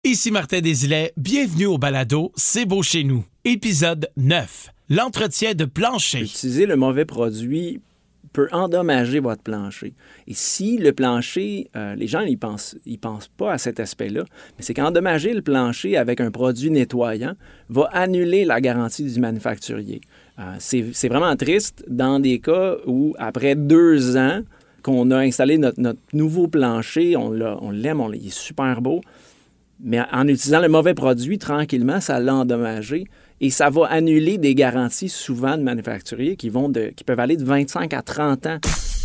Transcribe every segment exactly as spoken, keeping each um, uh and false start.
Ici Martin Desilets, bienvenue au balado C'est beau chez nous. Épisode neuf, l'entretien de plancher. Utiliser le mauvais produit peut endommager votre plancher. Et si le plancher, euh, les gens ils pensent, ils pensent pas à cet aspect-là, mais c'est qu'endommager le plancher avec un produit nettoyant va annuler la garantie du manufacturier. Euh, c'est, c'est vraiment triste dans des cas où, après deux ans qu'on a installé notre, notre nouveau plancher, on, l'a, on l'aime, on, il est super beau, mais en utilisant le mauvais produit, tranquillement, ça l'a endommagé. Et ça va annuler des garanties souvent de manufacturiers qui, vont de, qui peuvent aller de vingt-cinq à trente ans.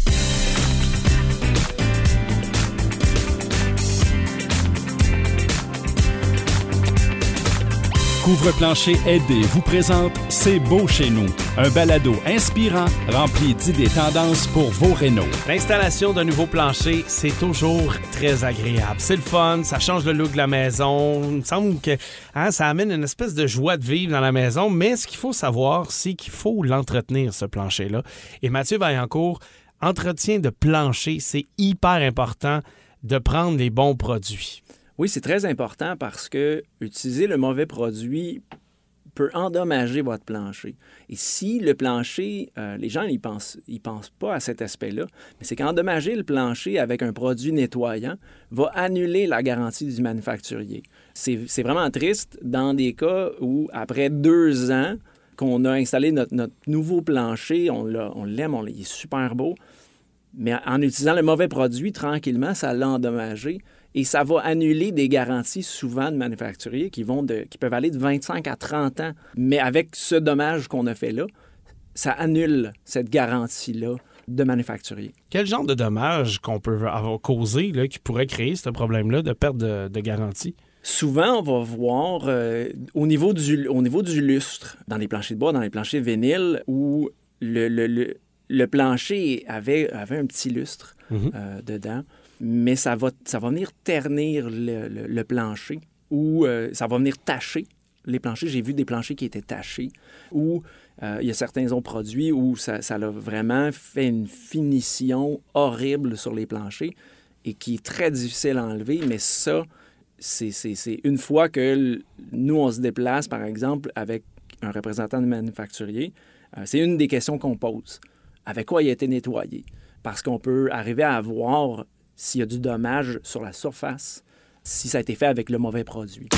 Couvre-plancher Aidé vous présente C'est beau chez nous, un balado inspirant rempli d'idées tendances pour vos rénaux. L'installation d'un nouveau plancher, c'est toujours très agréable. C'est le fun, ça change le look de la maison. Il me semble que hein, ça amène une espèce de joie de vivre dans la maison, mais ce qu'il faut savoir, c'est qu'il faut l'entretenir, ce plancher-là. Et Mathieu Vaillancourt, entretien de plancher, c'est hyper important de prendre les bons produits. Oui, c'est très important parce que utiliser le mauvais produit peut endommager votre plancher. Et si le plancher, euh, les gens ils pensent, ils pensent pas à cet aspect-là, mais c'est qu'endommager le plancher avec un produit nettoyant va annuler la garantie du manufacturier. C'est, c'est vraiment triste dans des cas où, après deux ans qu'on a installé notre, notre nouveau plancher, on, l'a, on l'aime, on, il est super beau, mais en utilisant le mauvais produit, tranquillement, ça l'a endommagé. Et ça va annuler des garanties souvent de manufacturiers qui, vont de, qui peuvent aller de vingt-cinq à trente ans. Mais avec ce dommage qu'on a fait là, ça annule cette garantie-là de manufacturier. Quel genre de dommage qu'on peut avoir causé là, qui pourrait créer ce problème-là de perte de, de garantie? Souvent, on va voir euh, au, niveau du, au niveau du lustre, dans les planchers de bois, dans les planchers vinyles, où le, le, le, le plancher avait, avait un petit lustre mm-hmm. euh, dedans. Mais ça va, ça va venir ternir le, le, le plancher ou euh, ça va venir tacher les planchers. J'ai vu des planchers qui étaient tachés ou euh, il y a certains autres produits où ça, ça a vraiment fait une finition horrible sur les planchers et qui est très difficile à enlever. Mais ça, c'est, c'est, c'est une fois que nous, on se déplace, par exemple, avec un représentant de manufacturier, euh, c'est une des questions qu'on pose. Avec quoi il a été nettoyé? Parce qu'on peut arriver à voir s'il y a du dommage sur la surface, si ça a été fait avec le mauvais produit.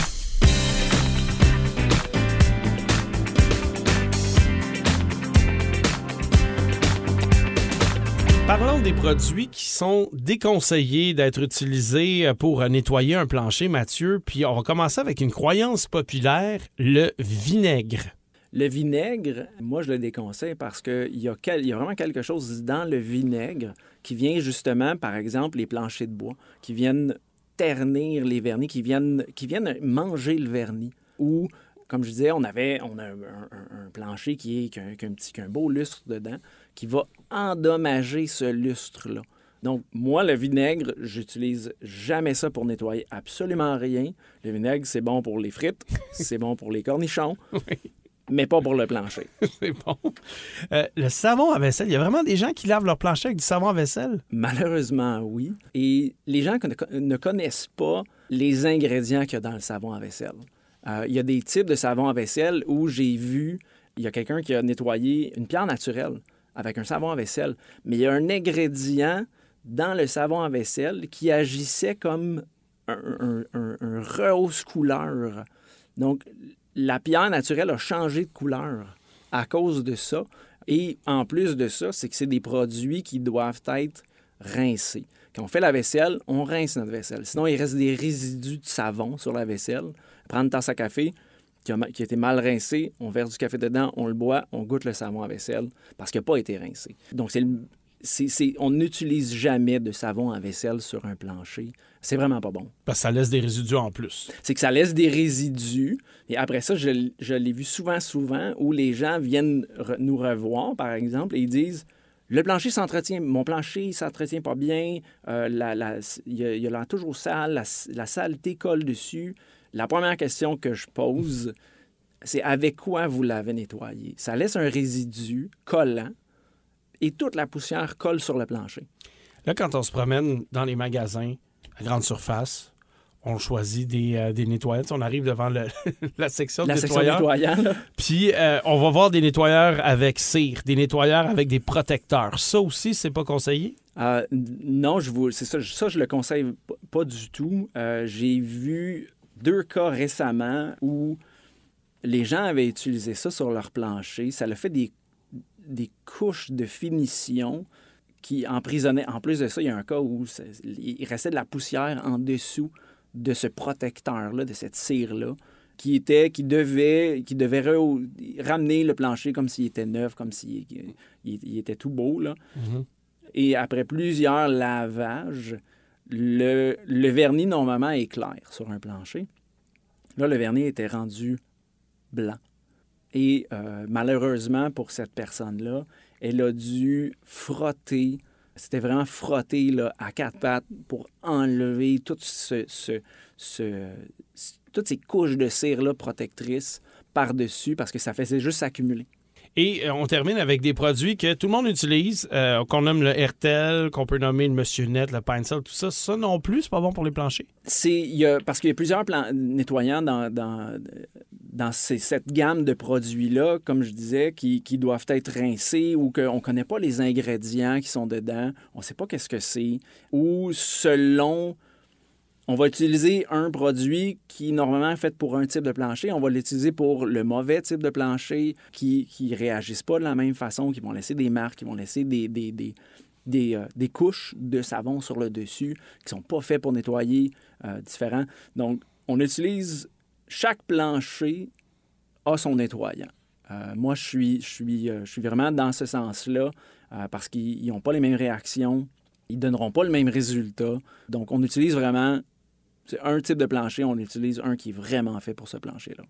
Parlons des produits qui sont déconseillés d'être utilisés pour nettoyer un plancher, Mathieu. Puis on va commencer avec une croyance populaire, le vinaigre. Le vinaigre, moi, je le déconseille parce qu'il y a, quel, il y a vraiment quelque chose dans le vinaigre qui vient justement, par exemple, les planchers de bois, qui viennent ternir les vernis, qui viennent, qui viennent manger le vernis. Ou, comme je disais, on, avait, on a un, un, un plancher qui, est, qui, a, qui, a un petit, qui a un beau lustre dedans, qui va endommager ce lustre-là. Donc, moi, le vinaigre, j'utilise jamais ça pour nettoyer absolument rien. Le vinaigre, c'est bon pour les frites, c'est bon pour les cornichons. Oui. Mais pas pour le plancher. C'est bon. Euh, le savon à vaisselle, il y a vraiment des gens qui lavent leur plancher avec du savon à vaisselle? Malheureusement, oui. Et les gens ne connaissent pas les ingrédients qu'il y a dans le savon à vaisselle. Euh, il y a des types de savon à vaisselle où j'ai vu, il y a quelqu'un qui a nettoyé une pierre naturelle avec un savon à vaisselle, mais il y a un ingrédient dans le savon à vaisselle qui agissait comme un, un, un, un rehausse-couleur. Donc, la pierre naturelle a changé de couleur à cause de ça. Et en plus de ça, c'est que c'est des produits qui doivent être rincés. Quand on fait la vaisselle, on rince notre vaisselle. Sinon, il reste des résidus de savon sur la vaisselle. Prendre une tasse à café qui a, qui a été mal rincée, on verse du café dedans, on le boit, on goûte le savon à vaisselle parce qu'il n'a pas été rincé. Donc, c'est le, c'est, c'est, on n'utilise jamais de savon à vaisselle sur un plancher. C'est vraiment pas bon. Parce que ça laisse des résidus en plus. C'est que ça laisse des résidus. Et après ça, je, je l'ai vu souvent, souvent, où les gens viennent re, nous revoir, par exemple, et ils disent « Le plancher s'entretient, mon plancher, il s'entretient pas bien, euh, la, la, il, a, il a l'air toujours sale, la, la saleté colle dessus. » La première question que je pose, c'est « Avec quoi vous l'avez nettoyé? » Ça laisse un résidu collant et toute la poussière colle sur le plancher. Là, quand on se promène dans les magasins à grande surface, on choisit des, euh, des nettoyants. On arrive devant le, la section de la nettoyants. section nettoyant, Puis euh, on va voir des nettoyeurs avec cire, des nettoyeurs avec des protecteurs. Ça aussi, c'est pas conseillé? Euh, non, je vous, c'est ça, ça, je le conseille p- pas du tout. Euh, j'ai vu deux cas récemment où les gens avaient utilisé ça sur leur plancher. Ça a fait des, des couches de finition qui emprisonnaient. En plus de ça, il y a un cas où il restait de la poussière en dessous de ce protecteur-là, de cette cire-là, qui était, qui devait, qui devait re- ramener le plancher comme s'il était neuf, comme s'il il, il était tout beau, là. Mm-hmm. Et après plusieurs lavages, le, le vernis, normalement, est clair sur un plancher. Là, le vernis était rendu blanc. Et euh, malheureusement, pour cette personne-là, elle a dû frotter, c'était vraiment frotter là, à quatre pattes pour enlever tout ce, ce, ce, toutes ces couches de cire-là protectrices par-dessus parce que ça faisait juste s'accumuler. Et euh, on termine avec des produits que tout le monde utilise, euh, qu'on nomme le Hertel, qu'on peut nommer le Monsieur Net, le Pine-Sol, tout ça. Ça non plus, c'est pas bon pour les planchers? C'est, il y a, parce qu'il y a plusieurs plan- nettoyants dans, dans, dans ces, cette gamme de produits-là, comme je disais, qui, qui doivent être rincés ou qu'on ne connaît pas les ingrédients qui sont dedans, on ne sait pas qu'est-ce que c'est, ou selon... On va utiliser un produit qui, normalement, est fait pour un type de plancher. On va l'utiliser pour le mauvais type de plancher qui ne réagissent pas de la même façon, qui vont laisser des marques, qui vont laisser des, des, des, des, euh, des couches de savon sur le dessus qui ne sont pas faits pour nettoyer euh, différents. Donc, on utilise... Chaque plancher a son nettoyant. Euh, moi, je suis, je, suis, euh, je suis vraiment dans ce sens-là euh, parce qu'ils n'ont pas les mêmes réactions. Ils ne donneront pas le même résultat. Donc, on utilise vraiment... C'est un type de plancher, on utilise un qui est vraiment fait pour ce plancher-là.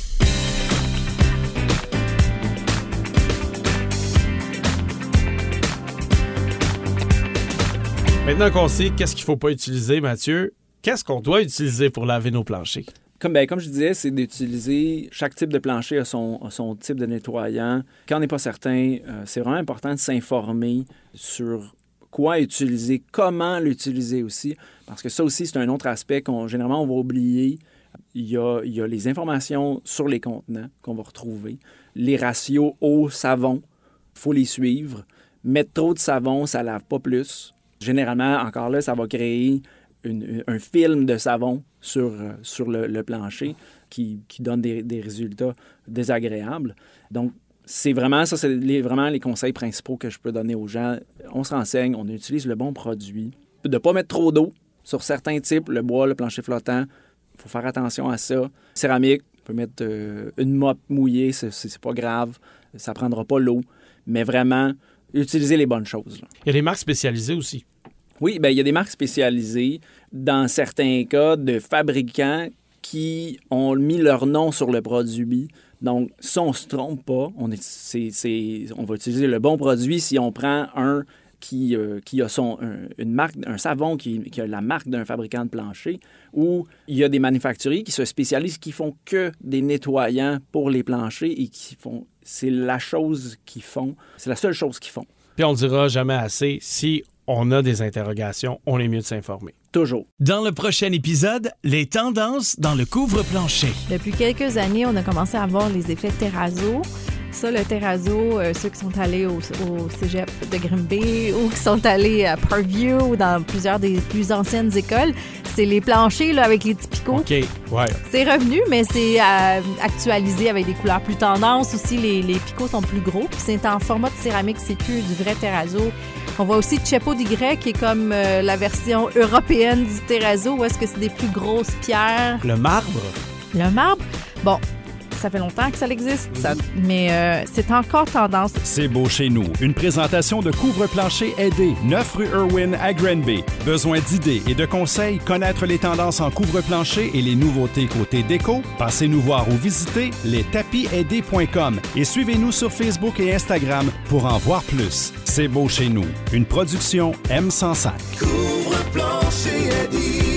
Maintenant qu'on sait qu'est-ce qu'il ne faut pas utiliser, Mathieu, qu'est-ce qu'on doit utiliser pour laver nos planchers? Comme, ben, comme je disais, c'est d'utiliser... Chaque type de plancher a son, a son type de nettoyant. Quand on n'est pas certain, euh, c'est vraiment important de s'informer sur... quoi utiliser, comment l'utiliser aussi, parce que ça aussi, c'est un autre aspect qu'on généralement on va oublier. Il y a, il y a les informations sur les contenants qu'on va retrouver, les ratios eau-savon, il faut les suivre. Mettre trop de savon, ça ne lave pas plus. Généralement, encore là, ça va créer une, un film de savon sur, sur le, le plancher qui, qui donne des, des résultats désagréables. Donc, c'est vraiment ça, c'est les, vraiment les conseils principaux que je peux donner aux gens. On se renseigne, on utilise le bon produit. De ne pas mettre trop d'eau sur certains types, le bois, le plancher flottant. Il faut faire attention à ça. Céramique, on peut mettre euh, une mop mouillée, c'est, c'est pas grave. Ça ne prendra pas l'eau. Mais vraiment, utiliser les bonnes choses. Là. Il y a des marques spécialisées aussi. Oui, bien, il y a des marques spécialisées. Dans certains cas, de fabricants qui ont mis leur nom sur le produit. Donc, si on ne se trompe pas, on, est, c'est, c'est, on va utiliser le bon produit si on prend un qui, euh, qui a son, un, une marque, un savon qui, qui a la marque d'un fabricant de plancher, ou il y a des manufacturiers qui se spécialisent, qui font que des nettoyants pour les planchers et qui font... C'est la chose qu'ils font. C'est la seule chose qu'ils font. Puis on ne dira jamais assez, si on a des interrogations, on est mieux de s'informer. Toujours. Dans le prochain épisode, les tendances dans le couvre-plancher. Depuis quelques années, on a commencé à voir les effets terrazzo. Ça, le terrazzo, euh, ceux qui sont allés au, au cégep de Grimby ou qui sont allés à Parkview ou dans plusieurs des plus anciennes écoles, c'est les planchers là, avec les petits picots. OK, ouais. C'est revenu, mais c'est euh, actualisé avec des couleurs plus tendances. Aussi, les, les picots sont plus gros. Puis c'est en format de céramique, c'est plus du vrai terrazzo. On voit aussi Chepo di Grec, qui est comme euh, la version européenne du terrazzo, où est-ce que c'est des plus grosses pierres. Le marbre? Le marbre, bon, ça fait longtemps que ça existe, ça, mais euh, c'est encore tendance. C'est beau chez nous. Une présentation de Couvre-plancher aidé, neuf rue Irwin à Granby. Besoin d'idées et de conseils, connaître les tendances en couvre-plancher et les nouveautés côté déco? Passez nous voir ou visitez les tapis aidés point com et suivez-nous sur Facebook et Instagram pour en voir plus. C'est beau chez nous. Une production M cent cinq. Couvre-plancher aidé.